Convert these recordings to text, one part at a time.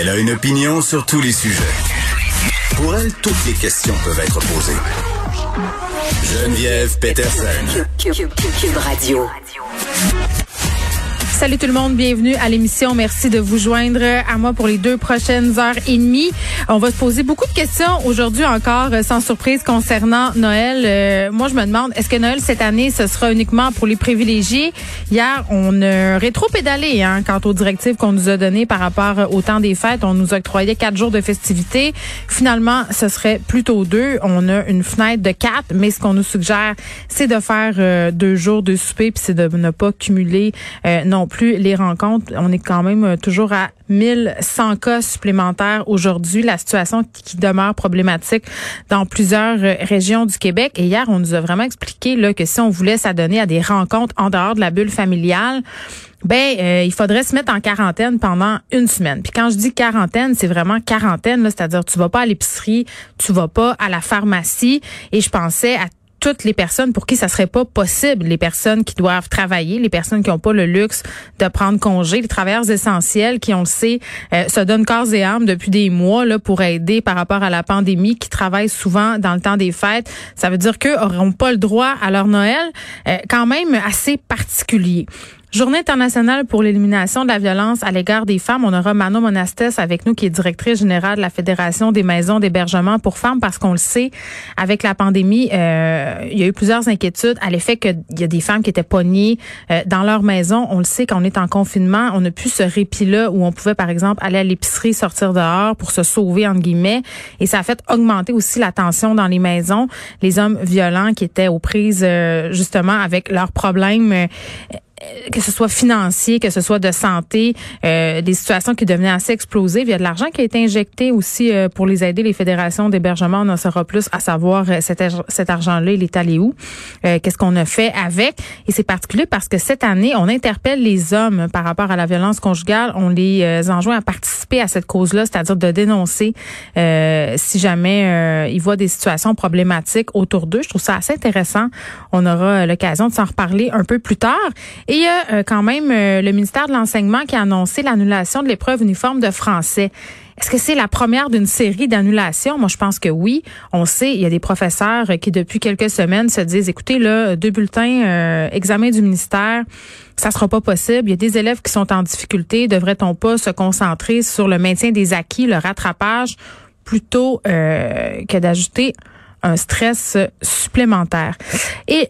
Elle a une opinion sur tous les sujets. Pour elle, toutes les questions peuvent être posées. Geneviève Peterson. Cube Radio. Salut tout le monde, bienvenue à l'émission. Merci de vous joindre à moi pour les 2 prochaines heures et demie. On va se poser beaucoup de questions aujourd'hui encore, sans surprise, concernant Noël. Moi, je me demande, est-ce que Noël cette année, ce sera uniquement pour les privilégiés? Hier, on a rétro-pédalé quant aux directives qu'on nous a données par rapport au temps des fêtes. On nous octroyait 4 jours de festivités. Finalement, ce serait plutôt 2. On a une fenêtre de 4, mais ce qu'on nous suggère, c'est de faire 2 jours de souper, puis c'est de ne pas cumuler non plus les rencontres. On est quand même toujours à 1100 cas supplémentaires aujourd'hui. La situation qui demeure problématique dans plusieurs régions du Québec. Et hier, on nous a vraiment expliqué là, que si on voulait s'adonner à des rencontres en dehors de la bulle familiale, il faudrait se mettre en quarantaine pendant 1 semaine. Puis quand je dis quarantaine, c'est vraiment quarantaine, là, c'est-à-dire tu vas pas à l'épicerie, tu vas pas à la pharmacie. Et je pensais à toutes les personnes pour qui ça serait pas possible, les personnes qui doivent travailler, les personnes qui n'ont pas le luxe de prendre congé, les travailleurs essentiels qui, on le sait, se donnent corps et âme depuis des mois là pour aider par rapport à la pandémie, qui travaillent souvent dans le temps des fêtes. Ça veut dire qu'eux n'auront pas le droit à leur Noël, quand même assez particulier. Journée internationale pour l'élimination de la violence à l'égard des femmes. On aura Manon Monastès avec nous, qui est directrice générale de la Fédération des maisons d'hébergement pour femmes, parce qu'on le sait, avec la pandémie, il y a eu plusieurs inquiétudes à l'effet qu'il y a des femmes qui étaient pognées dans leur maison. On le sait, quand on est en confinement, on n'a plus ce répit-là où on pouvait, par exemple, aller à l'épicerie, sortir dehors pour se sauver, entre guillemets. Et ça a fait augmenter aussi la tension dans les maisons. Les hommes violents qui étaient aux prises, justement, avec leurs problèmes, que ce soit financier, que ce soit de santé, des situations qui devenaient assez explosives. Il y a de l'argent qui a été injecté aussi pour les aider, les fédérations d'hébergement. On en saura plus, à savoir cet argent-là, il est allé où? Qu'est-ce qu'on a fait avec? Et c'est particulier parce que cette année, on interpelle les hommes par rapport à la violence conjugale. On les enjoint à participer à cette cause-là, c'est-à-dire de dénoncer si jamais ils voient des situations problématiques autour d'eux. Je trouve ça assez intéressant. On aura l'occasion de s'en reparler un peu plus tard. Et il y a quand même le ministère de l'Enseignement qui a annoncé l'annulation de l'épreuve uniforme de français. Est-ce que c'est la première d'une série d'annulations? Moi, je pense que oui. On sait, il y a des professeurs qui, depuis quelques semaines, se disent, écoutez, là, 2 bulletins, examen du ministère, ça sera pas possible. Il y a des élèves qui sont en difficulté. Devrait-on pas se concentrer sur le maintien des acquis, le rattrapage, plutôt que d'ajouter un stress supplémentaire? Et,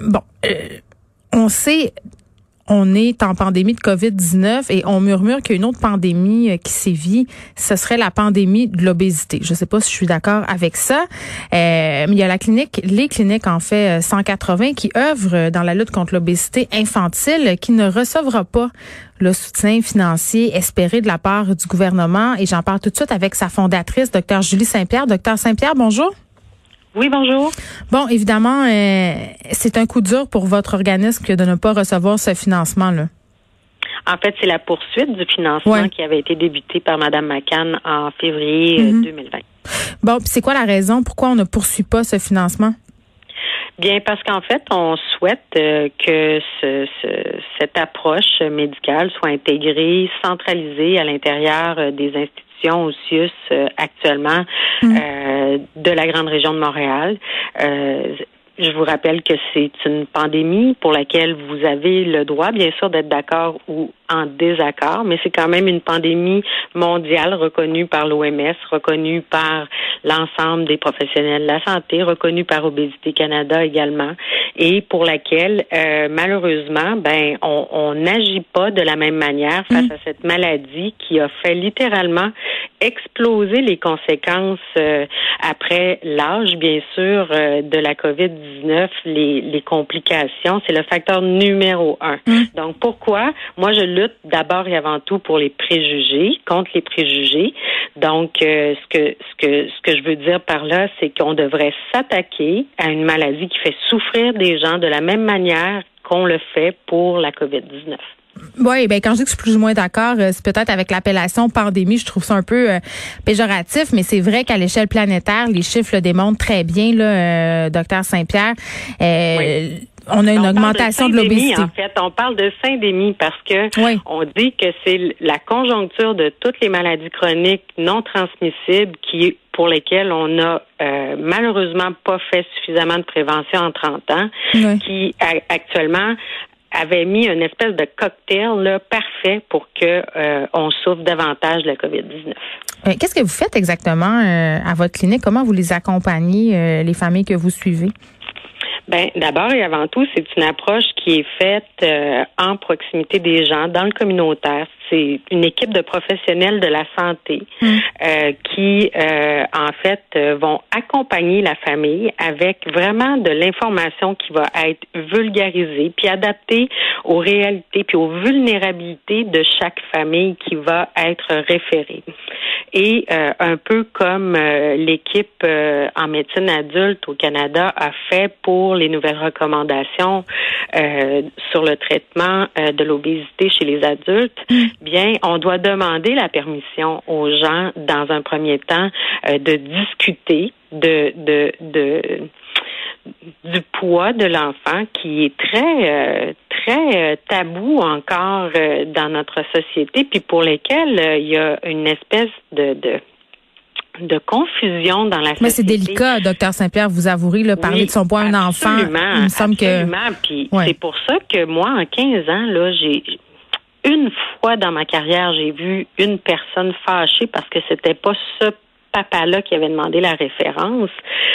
on sait, on est en pandémie de COVID-19 et on murmure qu'il y a une autre pandémie qui sévit. Ce serait la pandémie de l'obésité. Je ne sais pas si je suis d'accord avec ça. Mais il y a les cliniques en fait 180 qui œuvrent dans la lutte contre l'obésité infantile, qui ne recevra pas le soutien financier espéré de la part du gouvernement. Et j'en parle tout de suite avec sa fondatrice, Dr Julie Saint-Pierre. Dr Saint-Pierre, bonjour. Oui, bonjour. Bon, évidemment, c'est un coup dur pour votre organisme que de ne pas recevoir ce financement-là. En fait, c'est la poursuite du financement qui avait été débuté par Mme McCann en février 2020. Bon, puis c'est quoi la raison? Pourquoi on ne poursuit pas ce financement? Bien, parce qu'en fait, on souhaite que cette approche médicale soit intégrée, centralisée à l'intérieur des institutions au CIUS actuellement de la grande région de Montréal. Je vous rappelle que c'est une pandémie pour laquelle vous avez le droit, bien sûr, d'être d'accord ou en désaccord, mais c'est quand même une pandémie mondiale reconnue par l'OMS, reconnue par l'ensemble des professionnels de la santé, reconnue par Obésité Canada également, et pour laquelle, malheureusement, on n'agit pas de la même manière face à cette maladie qui a fait littéralement exploser les conséquences après l'âge, bien sûr, de la COVID-19, les complications. C'est le facteur numéro 1. Donc, pourquoi? Moi, je lutte d'abord et avant tout pour les préjugés, contre les préjugés. Donc, ce que je veux dire par là, c'est qu'on devrait s'attaquer à une maladie qui fait souffrir des gens de la même manière qu'on le fait pour la COVID-19. Oui, quand je dis que je suis plus ou moins d'accord, c'est peut-être avec l'appellation pandémie, je trouve ça un peu péjoratif, mais c'est vrai qu'à l'échelle planétaire, les chiffres le démontrent très bien, là, Dr Saint-Pierre. on a une augmentation de l'obésité. En fait, on parle de syndémie parce que on dit que c'est la conjoncture de toutes les maladies chroniques non transmissibles pour lesquelles on n'a malheureusement pas fait suffisamment de prévention en 30 ans, qui actuellement avait mis une espèce de cocktail là, parfait pour que on souffre davantage de la COVID-19. Qu'est-ce que vous faites exactement à votre clinique? Comment vous les accompagnez, les familles que vous suivez? Ben, d'abord et avant tout, c'est une approche qui est faite en proximité des gens, dans le communautaire. C'est une équipe de professionnels de la santé qui, en fait, vont accompagner la famille avec vraiment de l'information qui va être vulgarisée puis adaptée aux réalités puis aux vulnérabilités de chaque famille qui va être référée. Et un peu comme l'équipe en médecine adulte au Canada a fait pour les nouvelles recommandations sur le traitement de l'obésité chez les adultes, bien, on doit demander la permission aux gens, dans un premier temps, de discuter du poids de l'enfant qui est très tabou encore dans notre société, puis pour lesquels il y a une espèce de confusion dans la société. Mais c'est délicat, Dr Saint-Pierre, vous avouerez, là, parler de son poids à un enfant. Il me semble absolument. Puis c'est pour ça que moi, en 15 ans, là, une fois dans ma carrière, j'ai vu une personne fâchée parce que c'était pas ce papa-là qui avait demandé la référence.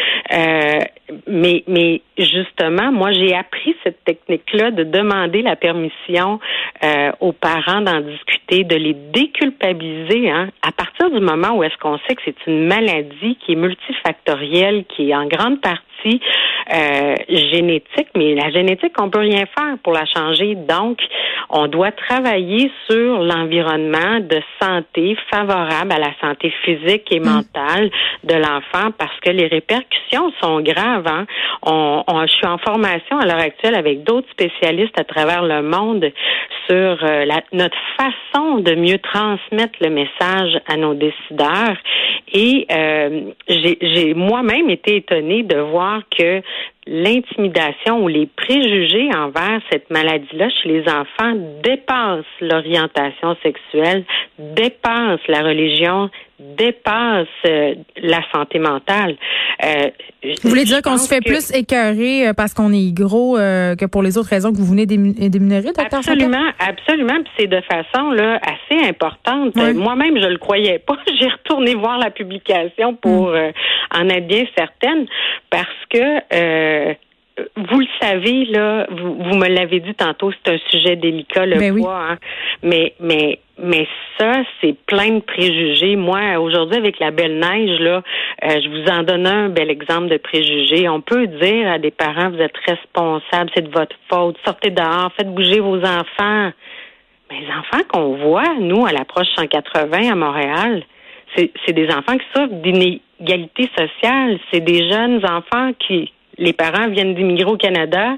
Mais justement, moi, j'ai appris cette technique-là de demander la permission aux parents d'en discuter, de les déculpabiliser, à partir du moment où est-ce qu'on sait que c'est une maladie qui est multifactorielle, qui est en grande partie génétique, mais la génétique, on peut rien faire pour la changer. Donc, on doit travailler sur l'environnement de santé favorable à la santé physique et mentale de l'enfant parce que les répercussions sont graves. Je suis en formation à l'heure actuelle avec d'autres spécialistes à travers le monde sur notre façon de mieux transmettre le message à nos décideurs. Et j'ai moi-même été étonnée de voir que l'intimidation ou les préjugés envers cette maladie-là chez les enfants dépassent l'orientation sexuelle, dépassent la religion, dépasse la santé mentale. Vous voulez dire qu'on se fait plus écœurer parce qu'on est gros que pour les autres raisons que vous venez d'énumérer, Dr. Absolument. Puis c'est de façon là assez importante. Moi-même, je le croyais pas. J'ai retourné voir la publication pour en être bien certaine parce que vous le savez, là, vous me l'avez dit tantôt, c'est un sujet délicat, le poids, Mais ça, c'est plein de préjugés. Moi, aujourd'hui, avec la belle neige, là, je vous en donne un bel exemple de préjugés. On peut dire à des parents, vous êtes responsables, c'est de votre faute, sortez dehors, faites bouger vos enfants. Mais les enfants qu'on voit, nous, à l'approche 180 à Montréal, c'est des enfants qui souffrent d'inégalité sociale. C'est des jeunes enfants les parents viennent d'immigrer au Canada,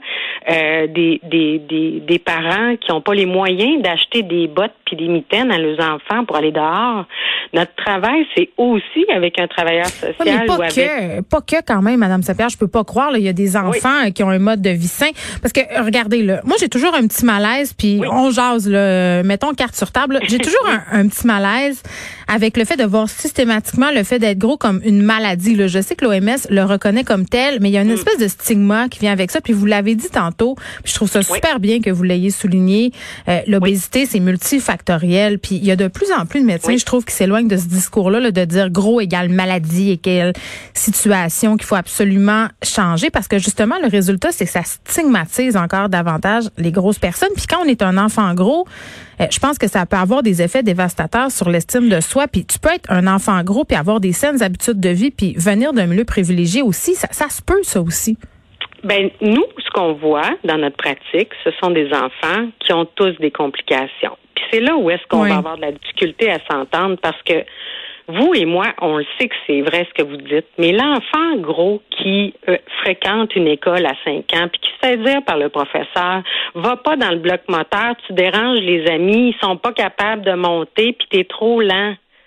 des parents qui n'ont pas les moyens d'acheter des bottes puis des mitaines à leurs enfants pour aller dehors. Notre travail, c'est aussi avec un travailleur social. Mais pas que quand même, Madame Saint-Pierre, je peux pas croire. Il y a des enfants qui ont un mode de vie sain. Parce que regardez là, moi j'ai toujours un petit malaise, puis on jase là, mettons carte sur table. Là. J'ai toujours un petit malaise avec le fait de voir systématiquement le fait d'être gros comme une maladie. Là. Je sais que l'OMS le reconnaît comme tel, mais il y a une espèce de stigma qui vient avec ça. Puis vous l'avez dit tantôt, puis je trouve ça super bien que vous l'ayez souligné. L'obésité, c'est multifactoriel. Puis il y a de plus en plus de médecins, je trouve, qui s'éloignent de ce discours-là, là, de dire gros égale maladie et quelle situation qu'il faut absolument changer. Parce que justement, le résultat, c'est que ça stigmatise encore davantage les grosses personnes. Puis quand on est un enfant gros, je pense que ça peut avoir des effets dévastateurs sur l'estime de soi. Puis tu peux être un enfant gros puis avoir des saines habitudes de vie puis venir d'un milieu privilégié aussi. Ça se peut, ça aussi. Ben nous, ce qu'on voit dans notre pratique, ce sont des enfants qui ont tous des complications. Puis c'est là où est-ce qu'on va avoir de la difficulté à s'entendre parce que vous et moi, on le sait que c'est vrai ce que vous dites, mais l'enfant gros qui fréquente une école à 5 ans puis qui se fait dire par le professeur, va pas dans le bloc moteur, tu déranges les amis, ils sont pas capables de monter puis t'es trop lent.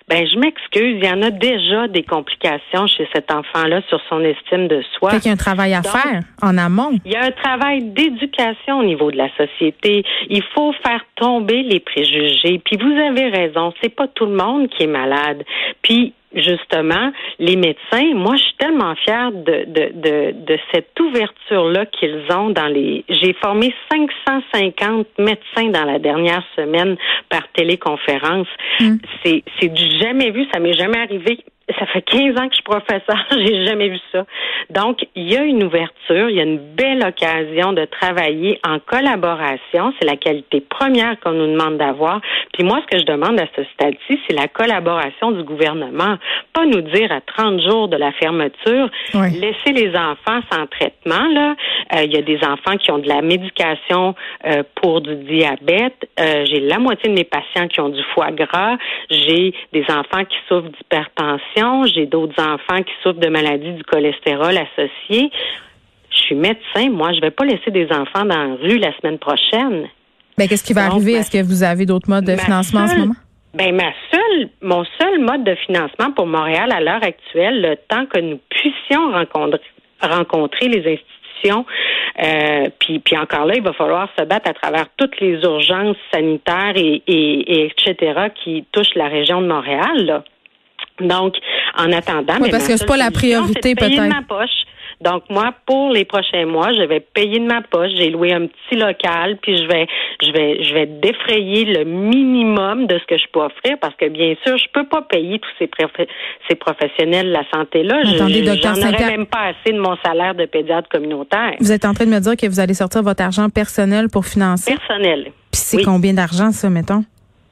Ben, je m'excuse, il y en a déjà des complications chez cet enfant-là sur son estime de soi. Fait qu'il y a un travail à faire en amont. Il y a un travail d'éducation au niveau de la société. Il faut faire tomber les préjugés. Puis vous avez raison, c'est pas tout le monde qui est malade. Puis justement, les médecins, moi, je suis tellement fière de cette ouverture-là qu'ils ont dans les... J'ai formé 550 médecins dans la dernière semaine par téléconférence. C'est du jamais vu, ça m'est jamais arrivé. Ça fait 15 ans que je suis professeur, j'ai jamais vu ça. Donc, il y a une ouverture, il y a une belle occasion de travailler en collaboration. C'est la qualité première qu'on nous demande d'avoir. Puis moi, ce que je demande à ce stade-ci, c'est la collaboration du gouvernement. Pas nous dire à 30 jours de la fermeture, laisser les enfants sans traitement. Là, il y a des enfants qui ont de la médication pour du diabète. J'ai la moitié de mes patients qui ont du foie gras. J'ai des enfants qui souffrent d'hypertension. J'ai d'autres enfants qui souffrent de maladies du cholestérol associé. Je suis médecin. Moi, je vais pas laisser des enfants dans la rue la semaine prochaine. Ben, qu'est-ce qui va arriver? Est-ce que vous avez d'autres modes de financement en ce moment? Ben, mon seul mode de financement pour Montréal à l'heure actuelle, le temps que nous puissions rencontrer les institutions, puis encore là, il va falloir se battre à travers toutes les urgences sanitaires et etc. qui touchent la région de Montréal, là. Donc, en attendant, parce que c'est pas la priorité, peut-être. De ma poche. Donc, moi, pour les prochains mois, je vais payer de ma poche. J'ai loué un petit local, puis je vais défrayer le minimum de ce que je peux offrir, parce que bien sûr, je peux pas payer tous ces professionnels de la santé-là. Attendez, docteur j'en aurais même pas assez de mon salaire de pédiatre communautaire. Vous êtes en train de me dire que vous allez sortir votre argent personnel pour financer? Personnel. Puis c'est combien d'argent, ça, mettons?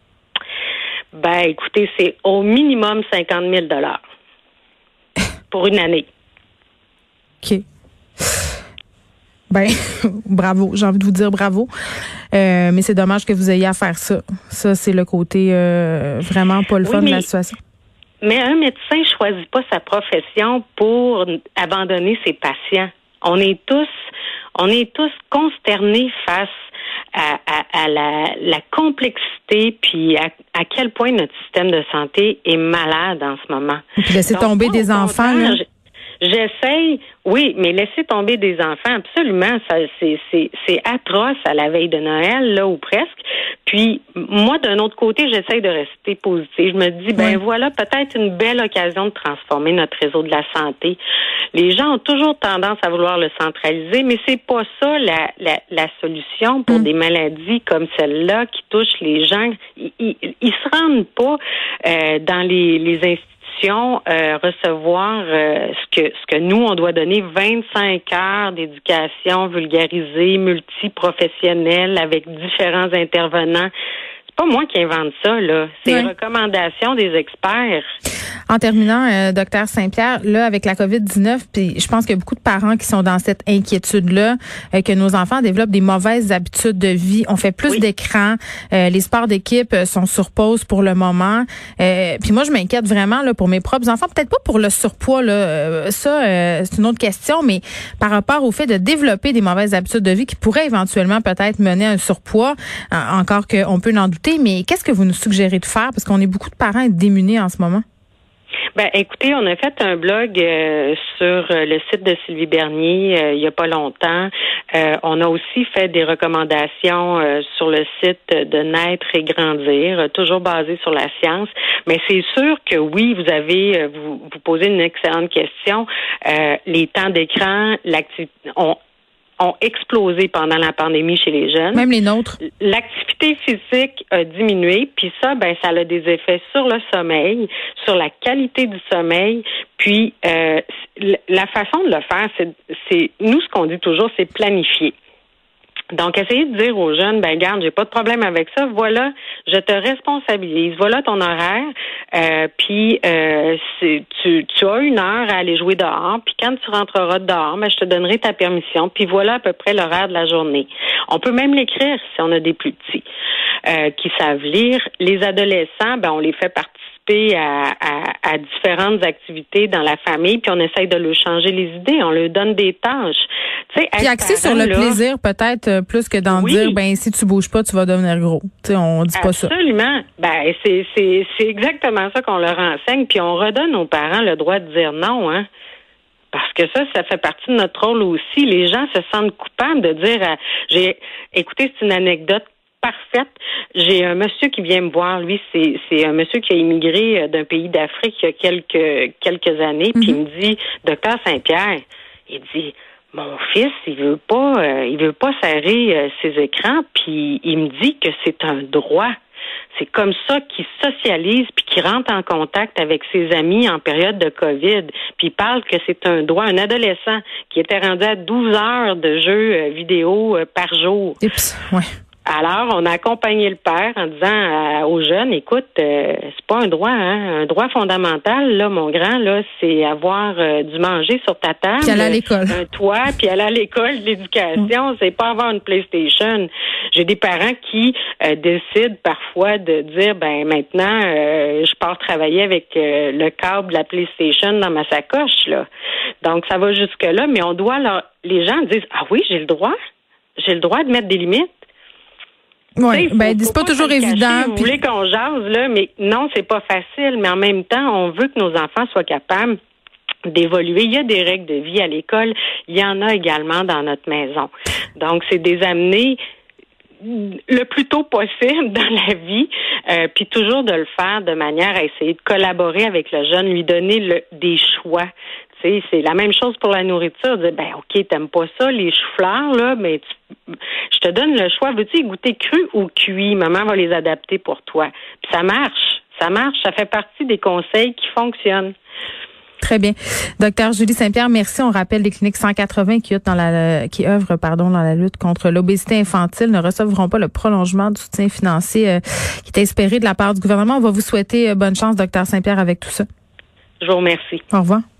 Ben, écoutez, c'est au minimum 50 000 pour une année. OK. Ben, bravo. J'ai envie de vous dire bravo. Mais c'est dommage que vous ayez à faire ça. Ça, c'est le côté vraiment pas le fun de la situation. Mais un médecin choisit pas sa profession pour abandonner ses patients. On est tous consternés face à la complexité, puis à quel point notre système de santé est malade en ce moment. Puis laisser tomber des enfants. J'essaye, oui, mais laisser tomber des enfants, absolument, ça, c'est atroce à la veille de Noël, là, ou presque. Puis, moi, d'un autre côté, j'essaye de rester positive. Je me dis, voilà, peut-être une belle occasion de transformer notre réseau de la santé. Les gens ont toujours tendance à vouloir le centraliser, mais c'est pas ça la solution pour des maladies comme celle-là qui touchent les gens. Ils se rendent pas dans les institutions recevoir ce que nous, on doit donner 25 heures d'éducation vulgarisée, multiprofessionnelle, avec différents intervenants. C'est pas moi qui invente ça, là. C'est les recommandations des experts. En terminant, docteur Saint-Pierre, là, avec la COVID-19, puis je pense qu'il y a beaucoup de parents qui sont dans cette inquiétude-là, que nos enfants développent des mauvaises habitudes de vie. On fait plus d'écran. Les sports d'équipe sont sur pause pour le moment. Puis moi, je m'inquiète vraiment là pour mes propres enfants. Peut-être pas pour le surpoids, là. C'est une autre question, mais par rapport au fait de développer des mauvaises habitudes de vie qui pourraient éventuellement peut-être mener à un surpoids, encore qu'on peut en douter. Mais qu'est-ce que vous nous suggérez de faire? Parce qu'on est beaucoup de parents démunis en ce moment. Ben, écoutez, on a fait un blog sur le site de Sylvie Bernier il y a pas longtemps. On a aussi fait des recommandations sur le site de Naître et Grandir, toujours basé sur la science. Mais c'est sûr que oui, vous posez une excellente question. Les temps d'écran, ont explosé pendant la pandémie chez les jeunes. Même les nôtres. L'activité physique a diminué, puis ça a des effets sur le sommeil, sur la qualité du sommeil. Puis la façon de le faire, c'est nous, ce qu'on dit toujours, c'est planifier. Donc, essayez de dire aux jeunes, garde, j'ai pas de problème avec ça. Voilà, je te responsabilise. Voilà ton horaire. Puis, tu as 1 heure à aller jouer dehors. Puis, quand tu rentreras dehors, je te donnerai ta permission. Puis, voilà à peu près l'horaire de la journée. On peut même l'écrire si on a des plus petits qui savent lire. Les adolescents, on les fait participer participer à différentes activités dans la famille, puis on essaye de leur changer les idées, on leur donne des tâches. Puis axé sur le plaisir, peut-être, plus que d'en dire, si tu bouges pas, tu vas devenir gros. On dit pas ça. Absolument. C'est exactement ça qu'on leur enseigne, puis on redonne aux parents le droit de dire non, hein. Parce que ça fait partie de notre rôle aussi. Les gens se sentent coupables de dire, écoutez, c'est une anecdote parfaite. J'ai un monsieur qui vient me voir. Lui, c'est un monsieur qui a immigré d'un pays d'Afrique il y a quelques années. Puis il me dit, Docteur Saint-Pierre, il dit, mon fils, il veut pas serrer ses écrans. Puis il me dit que c'est un droit. C'est comme ça qu'il socialise puis qu'il rentre en contact avec ses amis en période de COVID. Puis il parle que c'est un droit. Un adolescent qui était rendu à 12 heures de jeux vidéo par jour. Ouais. Alors, on a accompagné le père en disant aux jeunes, écoute, c'est pas un droit, hein. Un droit fondamental, là, mon grand, là, c'est avoir du manger sur ta table. Puis aller à l'école. Un toit, puis aller à l'école, de l'éducation. C'est pas avoir une PlayStation. J'ai des parents qui décident parfois de dire, maintenant, je pars travailler avec le câble de la PlayStation dans ma sacoche, là. Donc, ça va jusque-là, mais on doit, les gens disent, ah oui, j'ai le droit de mettre des limites. Oui, c'est pas toujours évident. Vous voulez qu'on jase, là, mais non, c'est pas facile. Mais en même temps, on veut que nos enfants soient capables d'évoluer. Il y a des règles de vie à l'école. Il y en a également dans notre maison. Donc, c'est des amener le plus tôt possible dans la vie, puis toujours de le faire de manière à essayer de collaborer avec le jeune, lui donner des choix. C'est la même chose pour la nourriture. Dire, OK, t'aimes pas ça, les choux-fleurs, là, mais je te donne le choix. Veux-tu y goûter cru ou cuit? Maman va les adapter pour toi. Puis ça marche. Ça fait partie des conseils qui fonctionnent. Très bien. Docteur Julie Saint-Pierre, merci. On rappelle les cliniques 180 qui œuvrent dans la lutte contre l'obésité infantile ne recevront pas le prolongement du soutien financier qui est espéré de la part du gouvernement. On va vous souhaiter bonne chance, Docteur Saint-Pierre, avec tout ça. Je vous remercie. Au revoir.